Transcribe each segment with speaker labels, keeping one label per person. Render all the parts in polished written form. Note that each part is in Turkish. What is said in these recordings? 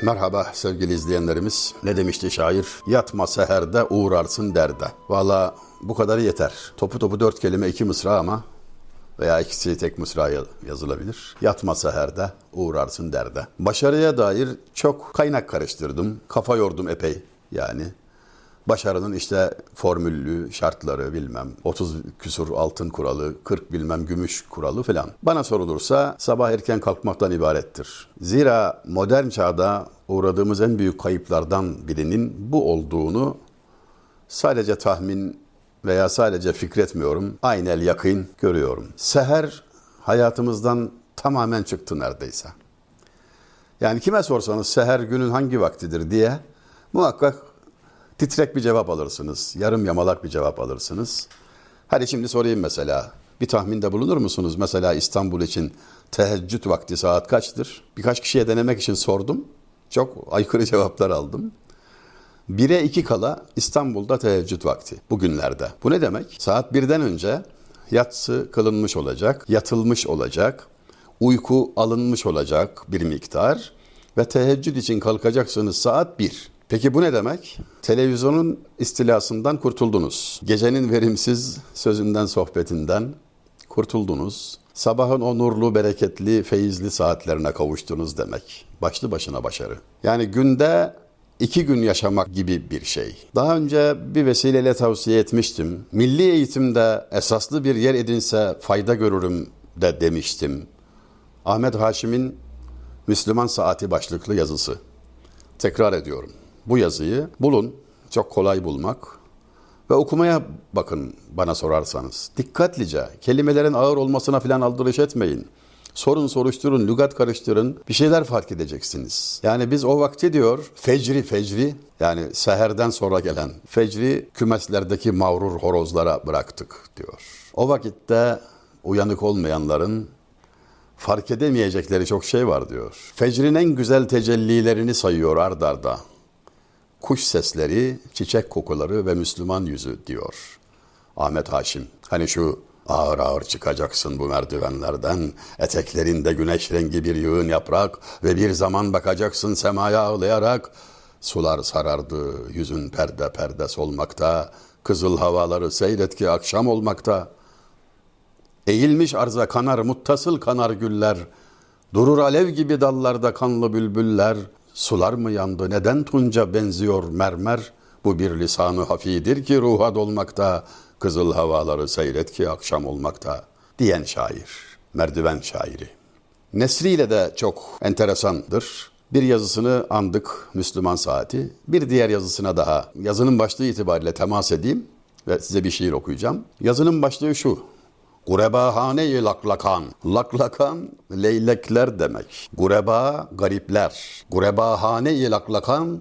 Speaker 1: Merhaba sevgili izleyenlerimiz. Ne demişti şair? Yatma seherde uğrarsın derde. Valla bu kadarı yeter. Topu topu 4 kelime 2 mısra ama veya ikisi tek mısra yazılabilir. Yatma seherde uğrarsın derde. Başarıya dair çok kaynak karıştırdım. Kafa yordum epey yani. Başarının işte formüllü, şartları bilmem, 30 küsur altın kuralı, 40 bilmem gümüş kuralı filan. Bana sorulursa sabah erken kalkmaktan ibarettir. Zira modern çağda uğradığımız en büyük kayıplardan birinin bu olduğunu sadece tahmin veya sadece fikretmiyorum, aynel yakın görüyorum. Seher hayatımızdan tamamen çıktı neredeyse. Yani kime sorsanız seher günün hangi vaktidir diye muhakkak titrek bir cevap alırsınız. Yarım yamalak bir cevap alırsınız. Hadi şimdi sorayım mesela. Bir tahminde bulunur musunuz? Mesela İstanbul için teheccüd vakti saat kaçtır? Birkaç kişiye denemek için sordum. Çok aykırı cevaplar aldım. 1'e 2 kala İstanbul'da teheccüd vakti bugünlerde. Bu ne demek? Saat 1'den önce yatsı kılınmış olacak, yatılmış olacak, uyku alınmış olacak bir miktar ve teheccüd için kalkacaksınız saat 1. Peki bu ne demek? Televizyonun istilasından kurtuldunuz. Gecenin verimsiz sözünden, sohbetinden kurtuldunuz. Sabahın o nurlu, bereketli, feyizli saatlerine kavuştunuz demek. Başlı başına başarı. Yani günde 2 gün yaşamak gibi bir şey. Daha önce bir vesileyle tavsiye etmiştim. Milli eğitimde esaslı bir yer edinse fayda görürüm de demiştim. Ahmet Haşim'in Müslüman Saati başlıklı yazısı. Tekrar ediyorum. Bu yazıyı bulun, çok kolay bulmak ve okumaya bakın bana sorarsanız. Dikkatlice, kelimelerin ağır olmasına falan aldırış etmeyin. Sorun, soruşturun, lügat karıştırın, bir şeyler fark edeceksiniz. Yani biz o vakti diyor, fecri, yani seherden sonra gelen fecri kümeslerdeki mağrur horozlara bıraktık diyor. O vakitte uyanık olmayanların fark edemeyecekleri çok şey var diyor. Fecrin en güzel tecellilerini sayıyor ard arda. Kuş sesleri, çiçek kokuları ve Müslüman yüzü diyor Ahmet Haşim. Hani şu ağır ağır çıkacaksın bu merdivenlerden, eteklerinde güneş rengi bir yığın yaprak ve bir zaman bakacaksın semaya ağlayarak, sular sarardı, yüzün perde perde solmakta, kızıl havaları seyret ki akşam olmakta. Eğilmiş arza kanar, muttasıl kanar güller, durur alev gibi dallarda kanlı bülbüller, sular mı yandı, neden tunca benziyor mermer, bu bir lisanı hafidir ki ruha dolmakta, kızıl havaları seyret ki akşam olmakta, diyen şair, merdiven şairi. Nesriyle de çok enteresandır. Bir yazısını andık, Müslüman Saati, bir diğer yazısına daha, yazının başlığı itibariyle temas edeyim ve size bir şiir okuyacağım. Yazının başlığı şu: Gurebahane-i laklakan. Laklakan, leylekler demek. Gureba, garipler. Gurebahane-i laklakan,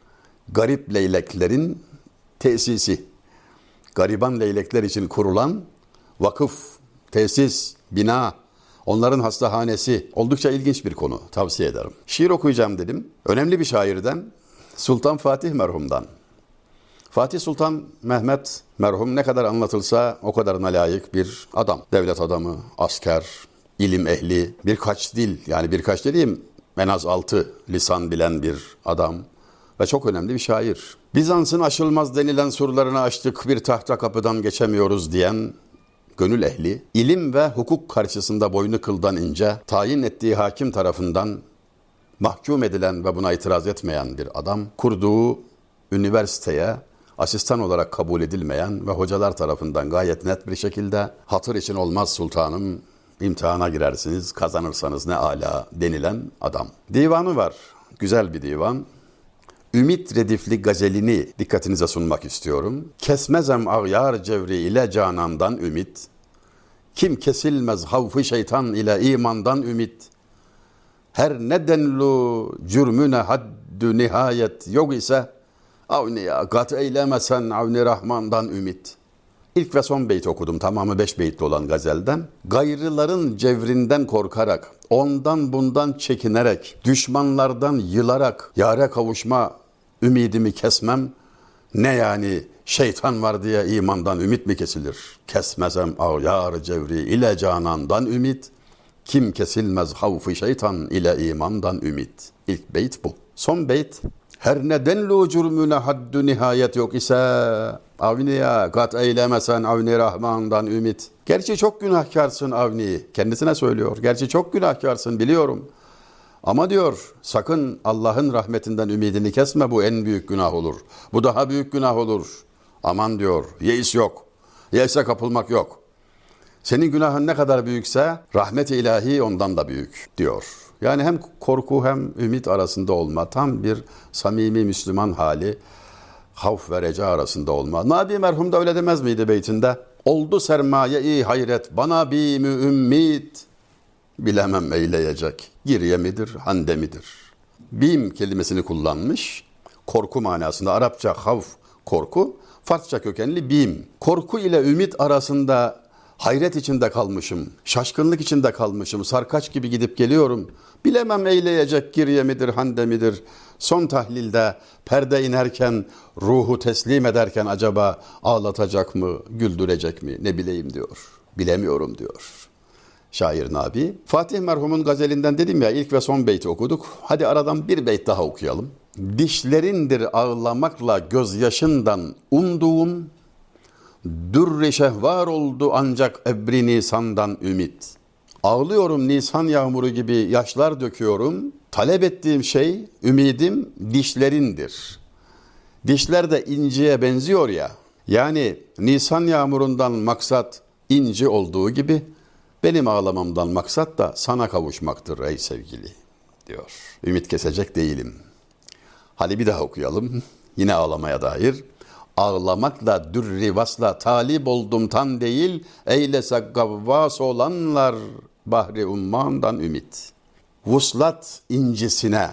Speaker 1: garip leyleklerin tesisi. Gariban leylekler için kurulan vakıf, tesis, bina, onların hastahanesi. Oldukça ilginç bir konu, tavsiye ederim. Şiir okuyacağım dedim. Önemli bir şairden, Sultan Fatih merhumdan. Fatih Sultan Mehmet merhum ne kadar anlatılsa o kadarına layık bir adam. Devlet adamı, asker, ilim ehli, birkaç dil, yani birkaç dediğim en az 6 lisan bilen bir adam ve çok önemli bir şair. Bizans'ın aşılmaz denilen surlarını aştık, bir tahta kapıdan geçemiyoruz diyen gönül ehli, ilim ve hukuk karşısında boynu kıldan ince, tayin ettiği hakim tarafından mahkum edilen ve buna itiraz etmeyen bir adam, kurduğu üniversiteye asistan olarak kabul edilmeyen ve hocalar tarafından gayet net bir şekilde hatır için olmaz sultanım, imtihana girersiniz, kazanırsanız ne âlâ denilen adam. Divanı var, güzel bir divan. Ümit redifli gazelini dikkatinize sunmak istiyorum. Kesmezem ağyar cevri ile canandan ümit. Kim kesilmez havfı şeytan ile imandan ümit. Her nedenlu cürmüne haddü nihayet yok ise Avniya kat eylemesen Avni Rahman'dan ümit. İlk ve son beyt okudum. Tamamı 5 beytli olan gazelden. Gayrıların cevrinden korkarak, ondan bundan çekinerek, düşmanlardan yılarak, yâre kavuşma ümidimi kesmem. Ne yani şeytan var diye imandan ümit mi kesilir? Kesmezem ağyar cevri ile canandan ümit. Kim kesilmez havfı şeytan ile imandan ümit. İlk beyt bu. Son beyt. Her nedenlu cürmüne haddü nihayet yok ise Avni'ye kat eylemesen Avni Rahman'dan ümit. Gerçi çok günahkarsın Avni. Kendisine söylüyor. Gerçi çok günahkarsın biliyorum. Ama diyor sakın Allah'ın rahmetinden ümidini kesme, bu en büyük günah olur. Bu daha büyük günah olur. Aman diyor, yeis yok. Yeise kapılmak yok. Senin günahın ne kadar büyükse rahmet-i ilahi ondan da büyük diyor. Yani hem korku hem ümit arasında olma, tam bir samimi Müslüman hali, havf ve reca arasında olma. Nabi merhum da öyle demez miydi beytinde? Oldu sermaye-i hayret bana bir müümmit, bilemem eyleyecek giriye midir, hande midir? Bim kelimesini kullanmış, korku manasında. Arapça havf, korku, Farsça kökenli bim. Korku ile ümit arasında hayret içinde kalmışım, şaşkınlık içinde kalmışım, sarkaç gibi gidip geliyorum. Bilemem eyleyecek giriye midir, hande midir? Son tahlilde perde inerken, ruhu teslim ederken acaba ağlatacak mı, güldürecek mi, ne bileyim diyor. Bilemiyorum diyor şair Nabi. Fatih merhumun gazelinden dedim ya, ilk ve son beyti okuduk. Hadi aradan bir beyt daha okuyalım. Dişlerindir ağlamakla gözyaşından umduğum, dürr-i şehvar oldu ancak ebri nisandan ümit. Ağlıyorum nisan yağmuru gibi yaşlar döküyorum. Talep ettiğim şey, ümidim dişlerindir. Dişler de inciye benziyor ya. Yani nisan yağmurundan maksat inci olduğu gibi benim ağlamamdan maksat da sana kavuşmaktır ey sevgili diyor. Ümit kesecek değilim. Hadi bir daha okuyalım. Yine ağlamaya dair. Ağlamakla dürri vasla talip oldum tan değil, eylese gavvas olanlar bahri ummandan ümit. Vuslat incisine,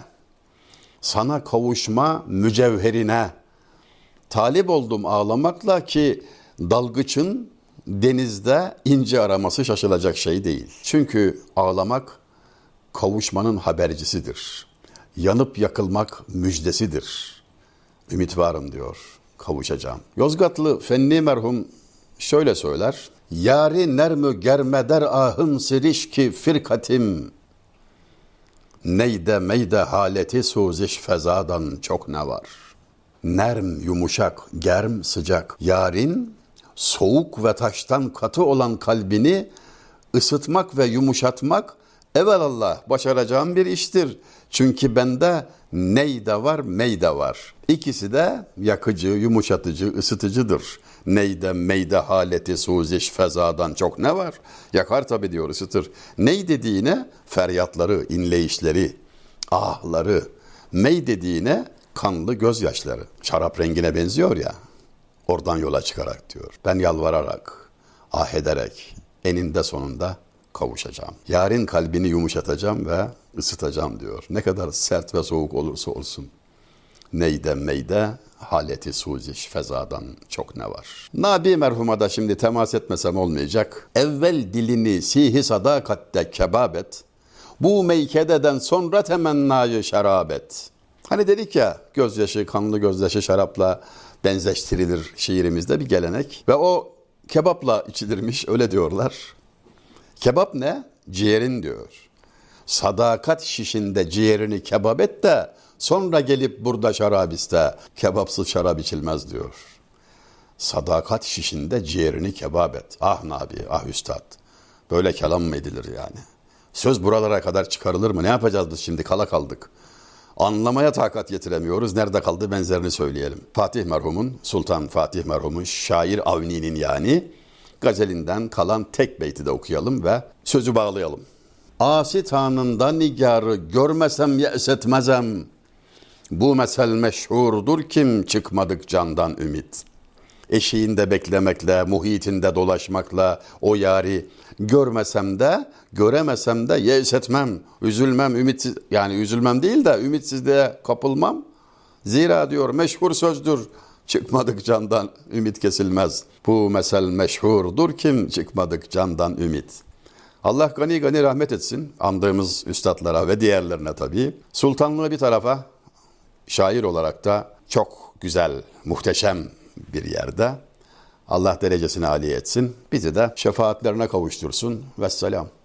Speaker 1: sana kavuşma mücevherine talip oldum ağlamakla ki dalgıçın denizde inci araması şaşılacak şey değil. Çünkü ağlamak kavuşmanın habercisidir. Yanıp yakılmak müjdesidir. Ümit varım diyor, kavuşacağım. Yozgatlı Fenni merhum şöyle söyler. Yâri nermü germeder ahım siriş ki firkatim. Neyde meyde haleti suziş fezadan çok ne var. Nerm yumuşak, germ sıcak. Yarın soğuk ve taştan katı olan kalbini ısıtmak ve yumuşatmak evelallah başaracağım bir iştir. Çünkü bende ney de var, mey de var. İkisi de yakıcı, yumuşatıcı, ısıtıcıdır. Neyde meyde haleti suziş fezadan çok ne var? Yakar tabii diyor, ısıtır. Ney dediğine feryatları, inleyişleri, ahları. Mey dediğine kanlı gözyaşları. Şarap rengine benziyor ya. Oradan yola çıkarak diyor. Ben yalvararak, ah ederek eninde sonunda kavuşacağım. Yarın kalbini yumuşatacağım ve ısıtacağım diyor. Ne kadar sert ve soğuk olursa olsun. Neyde meyde haleti suziş fezadan çok ne var. Nabi merhuma da şimdi temas etmesem olmayacak. Evvel dilini sihi sadakatte kebabet. Bu meykededen sonra temennayı şerabet. Hani dedik ya, gözyaşı, kanlı gözyaşı şarapla benzeştirilir şiirimizde bir gelenek. Ve o kebapla içilirmiş, öyle diyorlar. Kebap ne? Ciğerin diyor. Sadakat şişinde ciğerini kebap et de sonra gelip burada şarap iste. Kebapsız şarap içilmez diyor. Sadakat şişinde ciğerini kebap et. Ah Nabi, ah Üstad. Böyle kelam mı edilir yani? Söz buralara kadar çıkarılır mı? Ne yapacağız biz şimdi? Kala kaldık. Anlamaya takat getiremiyoruz. Nerede kaldı benzerini söyleyelim. Fatih merhumun, Sultan Fatih merhumun, şair Avni'nin yani gazelinden kalan tek beyti de okuyalım ve sözü bağlayalım. Asi tanında nigarı görmesem yesetmezem. Bu mesel meşhurdur kim çıkmadık candan ümit. Eşiğinde beklemekle, muhitinde dolaşmakla o yari görmesem de, göremesem de yesetmem, üzülmem, ümitsiz, yani üzülmem değil de ümitsizliğe kapılmam. Zira diyor meşhur sözdür, çıkmadık candan ümit kesilmez. Bu mesel meşhurdur kim çıkmadık candan ümit. Allah gani gani rahmet etsin andığımız üstadlara ve diğerlerine tabii. Sultanlığı bir tarafa, şair olarak da çok güzel, muhteşem bir yerde. Allah derecesini âli etsin. Bizi de şefaatlerine kavuştursun. Vesselam.